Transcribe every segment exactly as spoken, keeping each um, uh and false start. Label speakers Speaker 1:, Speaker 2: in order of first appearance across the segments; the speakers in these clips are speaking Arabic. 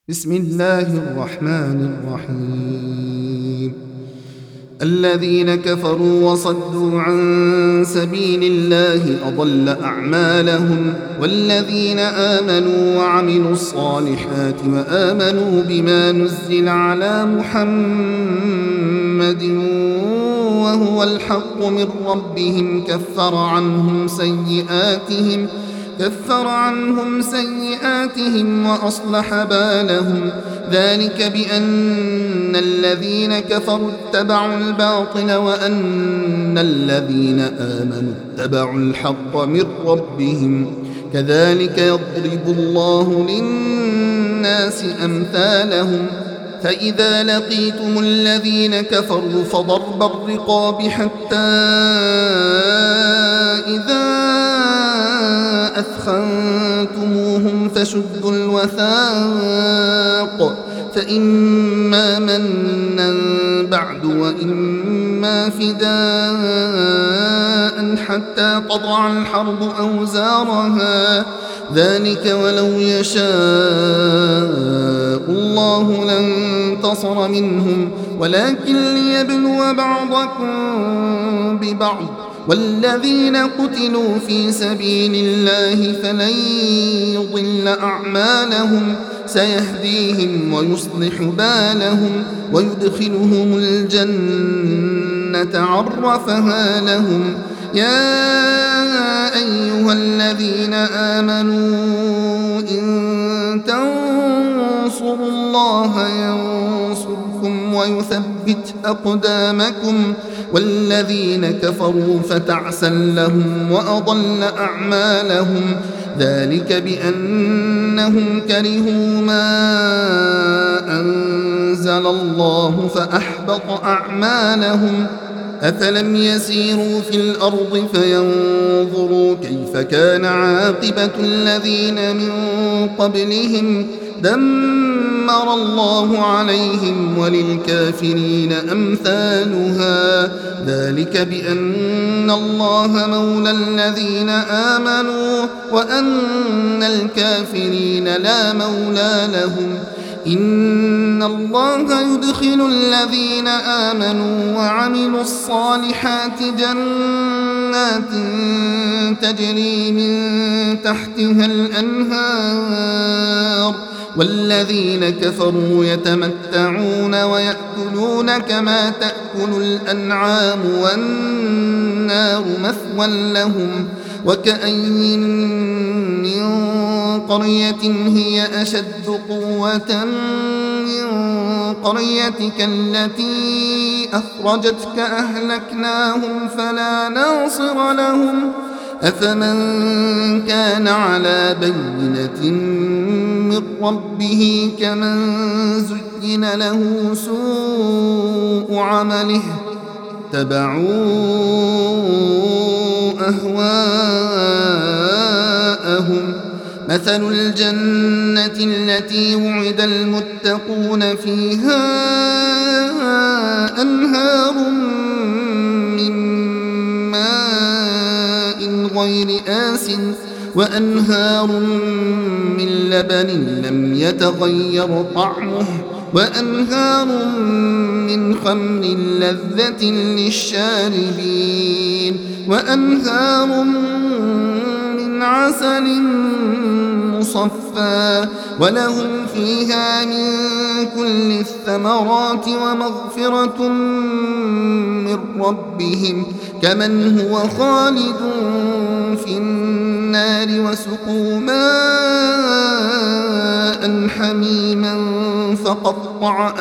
Speaker 1: بسم الله الرحمن الرحيم. الذين كفروا وصدوا عن سبيل الله أضل أعمالهم، والذين آمنوا وعملوا الصالحات وآمنوا بما نزل على محمد وهو الحق من ربهم كفر عنهم سيئاتهم كفر عنهم سيئاتهم وأصلح بالهم. ذلك بأن الذين كفروا اتبعوا الباطل وأن الذين آمنوا اتبعوا الحق من ربهم. كذلك يضرب الله للناس أمثالهم. فإذا لقيتم الذين كفروا فضرب الرقاب حتى إذا أثخنتموهم فشدوا الوثاق، فإما منا بعد وإما فداء حتى تضع الحرب أوزارها. ذلك ولو يشاء الله لانتصر منهم، ولكن ليبلو بعضكم ببعض. والذين قتلوا في سبيل الله فلن يضل أعمالهم، سيهديهم ويصلح بالهم ويدخلهم الجنة عرفها لهم. يا أيها الذين آمنوا إن تنصروا الله ينصركم ويثبت أقدامكم. والذين كفروا فتعسا لهم وأضل أعمالهم. ذلك بأنهم كرهوا ما أنزل الله فأحبط أعمالهم. أفلم يسيروا في الأرض فينظروا كيف كان عاقبة الذين من قبلهم. دمر الله عليهم وللكافرين أمثالها. ذلك بأن الله مولى الذين آمنوا وأن الكافرين لا مولى لهم. إن الله يدخل الذين آمنوا وعملوا الصالحات جنات تجري من تحتها الأنهار، والذين كفروا يتمتعون ويأكلون كما تأكل الأنعام والنار مثوى لهم. وكأين من قرية هي أشد قوة من قريتك التي أخرجتك أهلكناهم فلا ناصر لهم. أفمن كان على بينة من ربه كمن زين له سوء عمله اتبعوا أهواءهم. مثل الجنة التي وعد المتقون فيها أنهار من ماء غير آسٍ وأنهار من لبن لم يتغير طعمه وأنهار من خمر لذة للشاربين وأنهار من عسل مصفى ولهم فيها من كل الثمرات ومغفرة من ربهم كمن هو خالد في النار وسقوا ماء حميما فقطع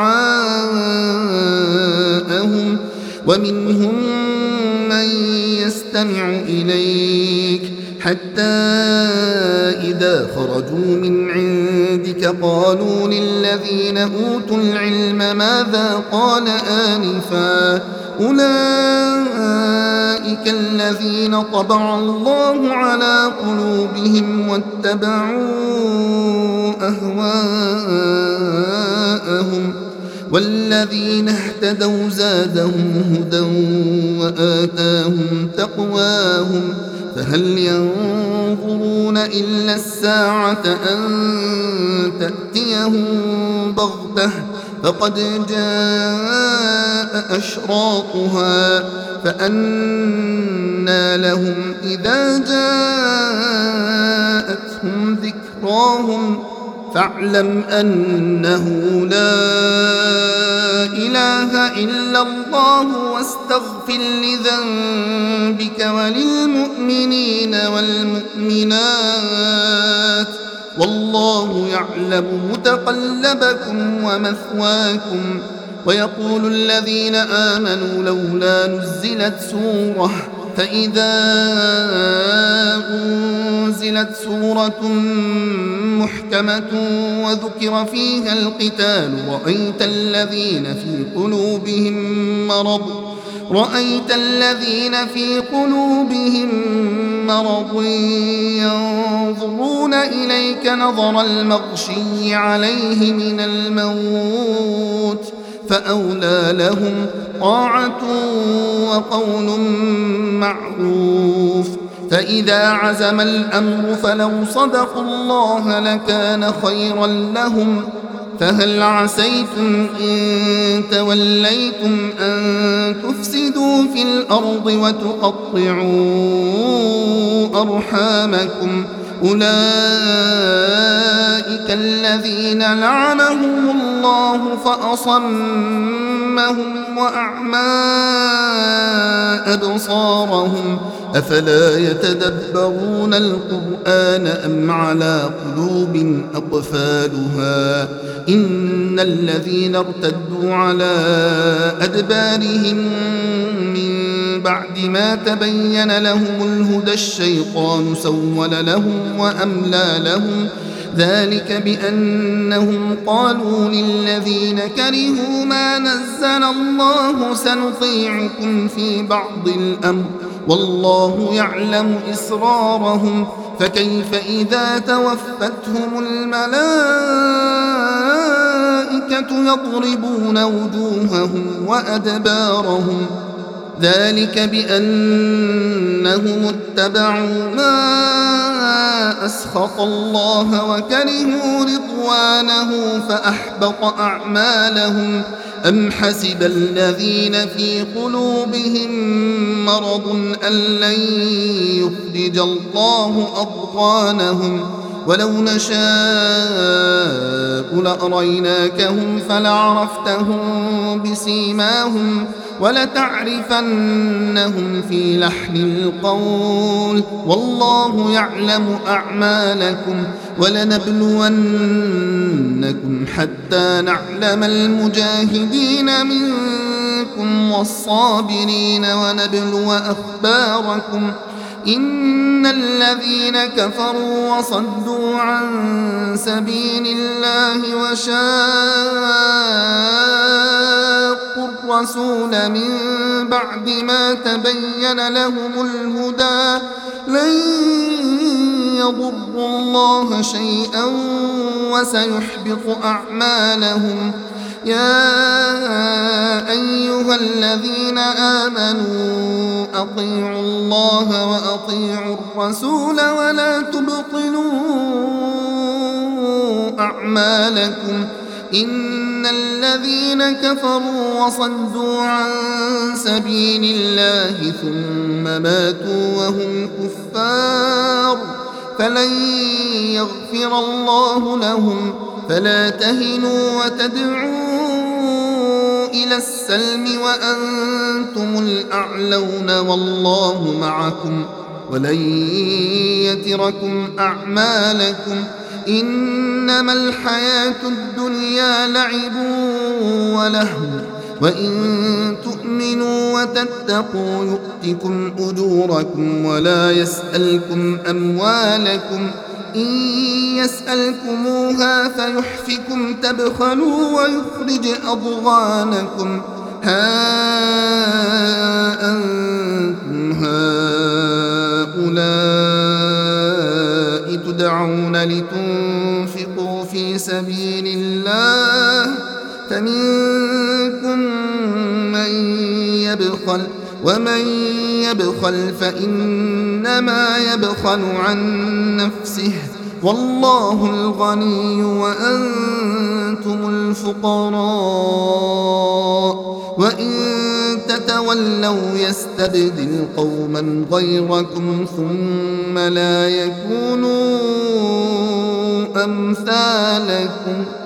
Speaker 1: أمعاءهم. ومنهم من يستمع إليك حتى إذا خرجوا من عندك قالوا للذين أوتوا العلم ماذا قال آنفا. أولئك الذين طبع الله على قلوبهم واتبعوا أهواءهم. والذين اهتدوا زادهم هدى وآتاهم تقواهم. فهل ينظرون إلا الساعة أن تأتيهم بغتة فقد جاء أشراطها فأنى لهم إذا جاءتهم ذكراهم فاعلم أنه لا إله إلا الله واستغفر لذنبك وللمؤمنين والمؤمنات والله يعلم متقلبكم ومثواكم. ويقول الذين آمنوا لولا نزلت سورة فإذا أنزلت سورة محكمة وذكر فيها القتال رأيت الذين في قلوبهم مرض رأيت الذين في قلوبهم مرض ينظرون إليك نظر المغشي عليه من الموت فأولى لهم طاعة وقول معروف. فإذا عزم الأمر فلو صدقوا الله لكان خيرا لهم. فهل عسيتم إن توليتم أن تفسدوا في الأرض وتقطعوا أرحامكم أولئك الذين لعنهم الله فأصمهم وأعمى أبصارهم أفلا يتدبرون القرآن أم على قلوب أقفالها إن الذين ارتدوا على أدبارهم من بعد ما تبين لهم الهدى الشيطان سول لهم وأملى لهم ذلك بأنهم قالوا للذين كرهوا ما نزل الله سنطيعكم في بعض الأمر والله يعلم إسرارهم فكيف إذا توفتهم الملائكة يضربون وجوههم وأدبارهم ذلك بأنهم اتبعوا ما أسخط الله وكرهوا رضوانه فأحبط أعمالهم أم حسب الذين في قلوبهم مرض أن لن يخرج الله أضغانهم ولو نشاء لأريناكهم فلعرفتهم بسيماهم ولتعرفنهم في لحن القول والله يعلم أعمالكم ولنبلونكم حتى نعلم المجاهدين منكم والصابرين ونبلو أخباركم إن الذين كفروا وصدوا عن سبيل الله وشاقوا الرسول من بعد ما تبين لهم الهدى لن يضروا الله شيئا وسيحبط أعمالهم. يا أيها الذين آمنوا أطيعوا الله وأطيعوا الرسول ولا تبطلوا أعمالكم إن الذين كفروا وصدوا عن سبيل الله ثم ماتوا وهم كفار فلن يغفر الله لهم فلا تهنوا وتدعوا إلى السلم وأنتم الأعلون والله معكم ولن يتركم أعمالكم إنما الحياة الدنيا لعب ولهو وإن تؤمنوا وتتقوا يؤتكم أجوركم ولا يسألكم أموالكم إن يسألكموها فيحفكم تبخلوا ويخرج أضغانكم ها أنتم هؤلاء تدعون لتنفقوا في سبيل الله فمنكم من يبخل ومن يبخل فإنما يبخل عن نفسه والله الغني وأنتم الفقراء وإن تتولوا يستبدل قوما غيركم ثم لا يكونوا أمثالكم